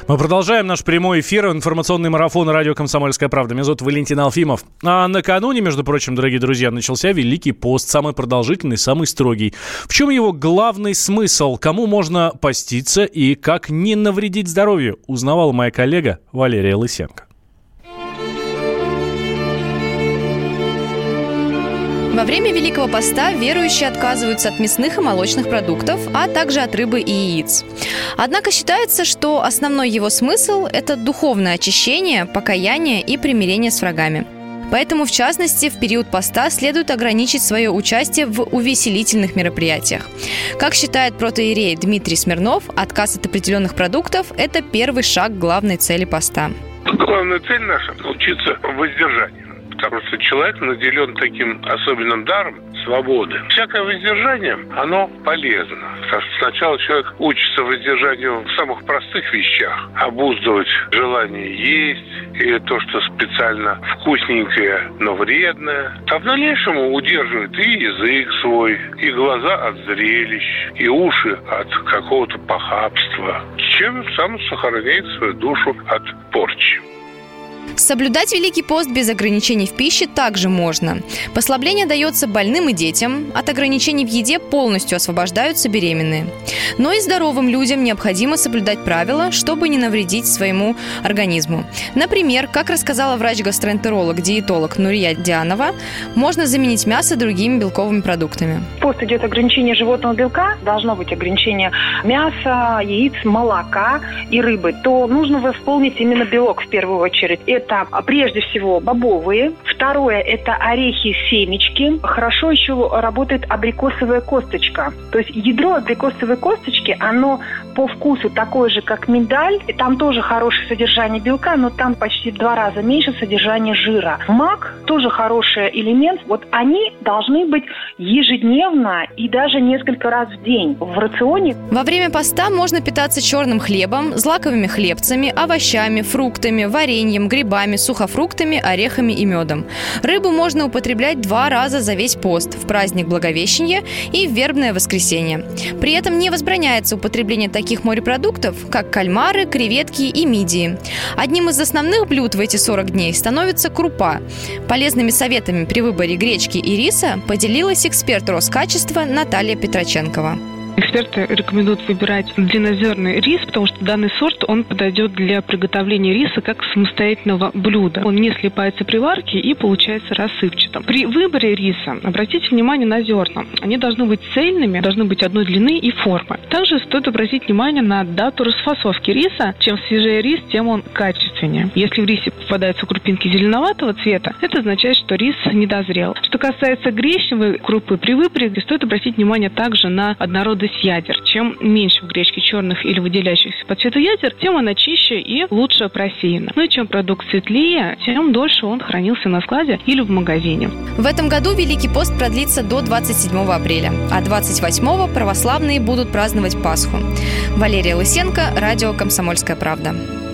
Мы продолжаем наш прямой эфир, информационный марафон радио «Комсомольская правда». Меня зовут Валентин Алфимов. А накануне, между прочим, дорогие друзья, начался Великий пост, самый продолжительный, самый строгий. В чем его главный смысл? Кому можно поститься и как не навредить здоровью? Узнавала моя коллега Валерия Лысенко. Во время Великого поста верующие отказываются от мясных и молочных продуктов, а также от рыбы и яиц. Однако считается, что основной его смысл – это духовное очищение, покаяние и примирение с врагами. Поэтому, в частности, в период поста следует ограничить свое участие в увеселительных мероприятиях. Как считает протоиерей Дмитрий Смирнов, отказ от определенных продуктов – это первый шаг к главной цели поста. Главная цель наша – научиться воздержанию. Потому что человек наделен таким особенным даром свободы. Всякое воздержание, оно полезно. Потому что сначала человек учится воздержанию в самых простых вещах. Обуздывать желание есть, или то, что специально вкусненькое, но вредное. А в дальнейшем удерживает и язык свой, и глаза от зрелищ, и уши от какого-то похабства. Чем сам сохраняет свою душу от порчи. Соблюдать Великий пост без ограничений в пище также можно. Послабление дается больным и детям, от ограничений в еде полностью освобождаются беременные. Но и здоровым людям необходимо соблюдать правила, чтобы не навредить своему организму. Например, как рассказала врач-гастроэнтеролог-диетолог Нурия Дианова, можно заменить мясо другими белковыми продуктами. Пост идет ограничение животного белка, должно быть ограничение мяса, яиц, молока и рыбы. То нужно восполнить именно белок в первую очередь. Это прежде всего бобовые. Второе – это орехи, семечки. Хорошо еще работает абрикосовая косточка. То есть ядро абрикосовой косточки, оно по вкусу такое же, как миндаль. И там тоже хорошее содержание белка, но там почти в 2 раза меньше содержания жира. Мак – тоже хороший элемент. Вот они должны быть ежедневно и даже несколько раз в день в рационе. Во время поста можно питаться черным хлебом, злаковыми хлебцами, овощами, фруктами, вареньем, грибами, сухофруктами, орехами и медом. Рыбу можно употреблять 2 раза за весь пост – в праздник Благовещения и в вербное воскресенье. При этом не возбраняется употребление таких морепродуктов, как кальмары, креветки и мидии. Одним из основных блюд в эти 40 дней становится крупа. Полезными советами при выборе гречки и риса поделилась эксперт Роскачества Наталья Петроченкова. Эксперты рекомендуют выбирать длиннозерный рис, потому что данный сорт, он подойдет для приготовления риса как самостоятельного блюда. Он не слипается при варке и получается рассыпчатым. При выборе риса обратите внимание на зерна. Они должны быть цельными, должны быть одной длины и формы. Также стоит обратить внимание на дату расфасовки риса. Чем свежее рис, тем он качественнее. Если в рисе попадаются крупинки зеленоватого цвета, это означает, что рис недозрел. Что касается гречневой крупы, при выборе стоит обратить внимание также на однородность ядер. Чем меньше в гречке черных или выделяющихся по цвету ядер, тем она чище и лучше просеяна. Ну и чем продукт светлее, тем дольше он хранился на складе или в магазине. В этом году Великий пост продлится до 27 апреля, а 28-го православные будут праздновать Пасху. Валерия Лысенко, радио «Комсомольская правда».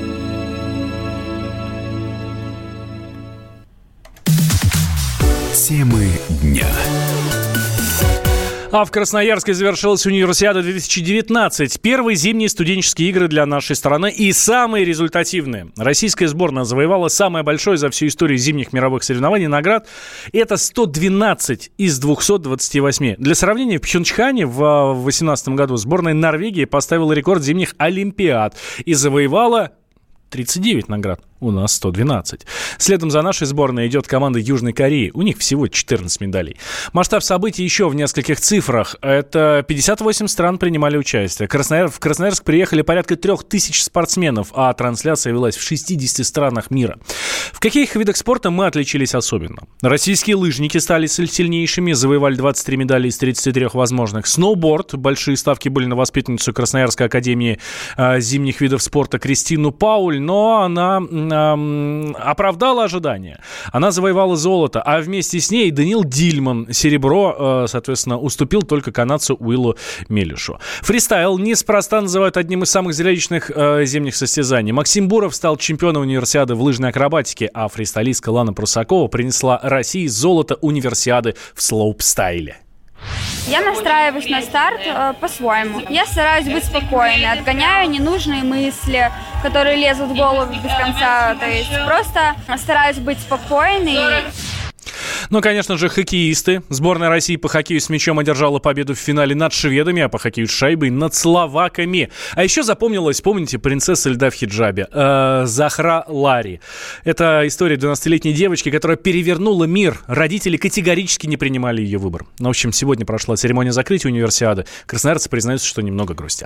Темы дня. А в Красноярске завершилась Универсиада 2019. Первые зимние студенческие игры для нашей страны и самые результативные. Российская сборная завоевала самое большое за всю историю зимних мировых соревнований наград. Это 112 из 228. Для сравнения, в Пхенчхане в 2018 году сборная Норвегии поставила рекорд зимних Олимпиад и завоевала 39 наград. У нас 112. Следом за нашей сборной идет команда Южной Кореи. У них всего 14 медалей. Масштаб событий еще в нескольких цифрах. Это 58 стран принимали участие. В Красноярск приехали порядка 3000 спортсменов, а трансляция велась в 60 странах мира. В каких видах спорта мы отличились особенно? Российские лыжники стали сильнейшими, завоевали 23 медали из 33 возможных. Сноуборд. Большие ставки были на воспитанницу Красноярской академии зимних видов спорта Кристину Пауль, но она оправдала ожидания. Она завоевала золото, а вместе с ней Даниил Дильман серебро, соответственно, уступил только канадцу Уиллу Мелишу. Фристайл неспроста называют одним из самых зрелищных зимних состязаний. Максим Буров стал чемпионом универсиады в лыжной акробатике, а фристайлистка Лана Прусакова принесла России золото универсиады в слоупстайле. Я настраиваюсь на старт по-своему. Я стараюсь быть спокойной, отгоняю ненужные мысли, которые лезут в голову без конца. То есть просто стараюсь быть спокойной. Ну, конечно же, хоккеисты. Сборная России по хоккею с мячом одержала победу в финале над шведами, а по хоккею с шайбой над словаками. А еще запомнилась, помните, принцесса льда в хиджабе Захра Лари. Это история 12-летней девочки, которая перевернула мир. Родители категорически не принимали ее выбор. Ну, в общем, сегодня прошла церемония закрытия универсиады. Красноярцы признаются, что немного грустят.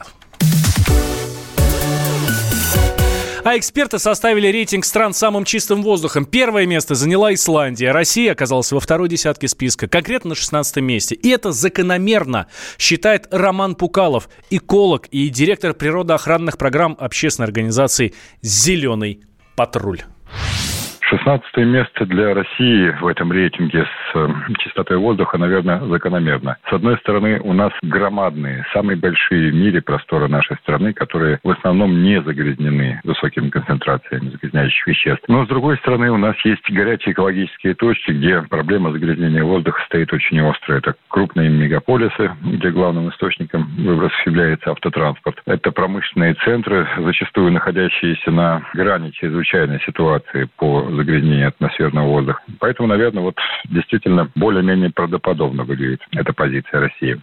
А эксперты составили рейтинг стран с самым чистым воздухом. Первое место заняла Исландия. Россия оказалась во второй десятке списка, конкретно на 16 месте. И это закономерно, считает Роман Пукалов, эколог и директор природоохранных программ общественной организации «Зеленый патруль». 16 место для России в этом рейтинге с чистотой воздуха, наверное, закономерно. С одной стороны, у нас громадные, самые большие в мире просторы нашей страны, которые в основном не загрязнены высокими концентрациями загрязняющих веществ. Но, с другой стороны, у нас есть горячие экологические точки, где проблема загрязнения воздуха стоит очень острая. Это крупные мегаполисы, где главным источником выбросов является автотранспорт. Это промышленные центры, зачастую находящиеся на грани чрезвычайной ситуации по загрязнения атмосферного воздуха. Поэтому, наверное, вот действительно более-менее правдоподобно выглядит эта позиция России.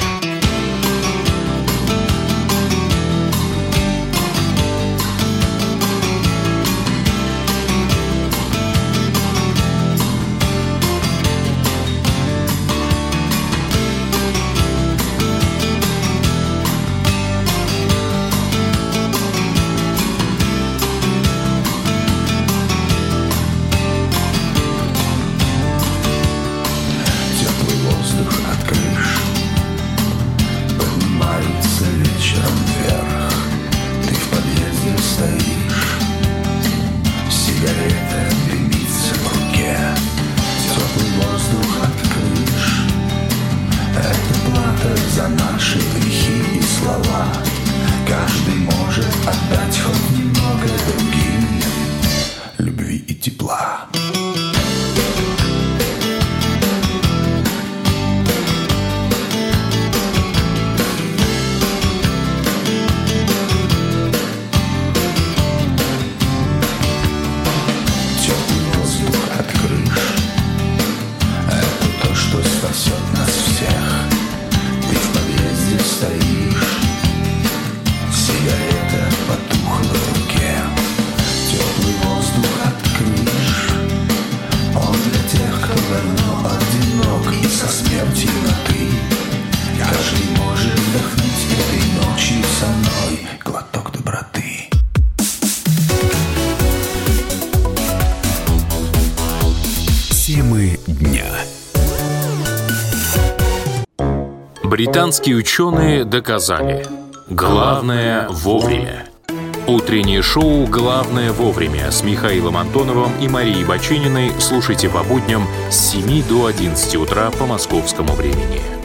За наши грехи и слова каждый может отдать хоть немного другим любви и тепла. Теплый воздух от крыш — это то, что спасет нас всех. Стоишь, сигарета потухла в руке, теплый воздух от крыш. Он для тех, кто давно одинок и со смертью на «ты». Каждый может вдохнуть этой ночью со мной глоток доброты. Темы дня. Британские ученые доказали: главное вовремя. Утреннее шоу «Главное вовремя» с Михаилом Антоновым и Марией Бачининой слушайте по будням с 7 до 11 утра по московскому времени.